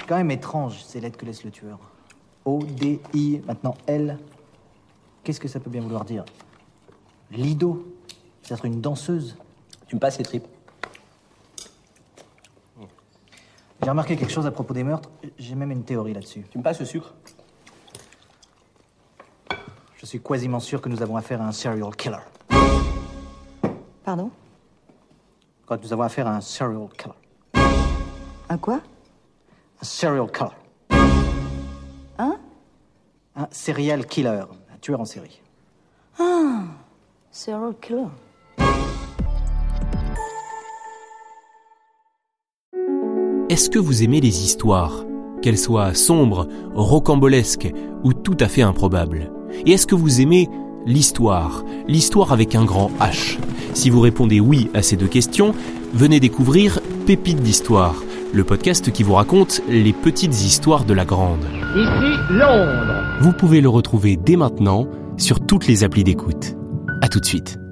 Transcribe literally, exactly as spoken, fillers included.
quand même étranges, ces lettres que laisse le tueur. O, D, I, maintenant L. Qu'est-ce que ça peut bien vouloir dire? Lido. Peut-être une danseuse. Tu me passes les tripes. J'ai remarqué quelque chose à propos des meurtres. J'ai même une théorie là-dessus. Tu me passes le sucre? Je suis quasiment sûr que nous avons affaire à un serial killer. Pardon? Quand nous avons affaire à un serial killer. Un quoi? Un serial killer. Hein? Un serial killer. Un tueur en série. Ah, serial killer. Est-ce que vous aimez les histoires, qu'elles soient sombres, rocambolesques ou tout à fait improbables? Et est-ce que vous aimez l'histoire, l'histoire avec un grand H? Si vous répondez oui à ces deux questions, venez découvrir Pépites d'Histoire, le podcast qui vous raconte les petites histoires de la grande. Ici Londres. Vous pouvez le retrouver dès maintenant sur toutes les applis d'écoute. À tout de suite.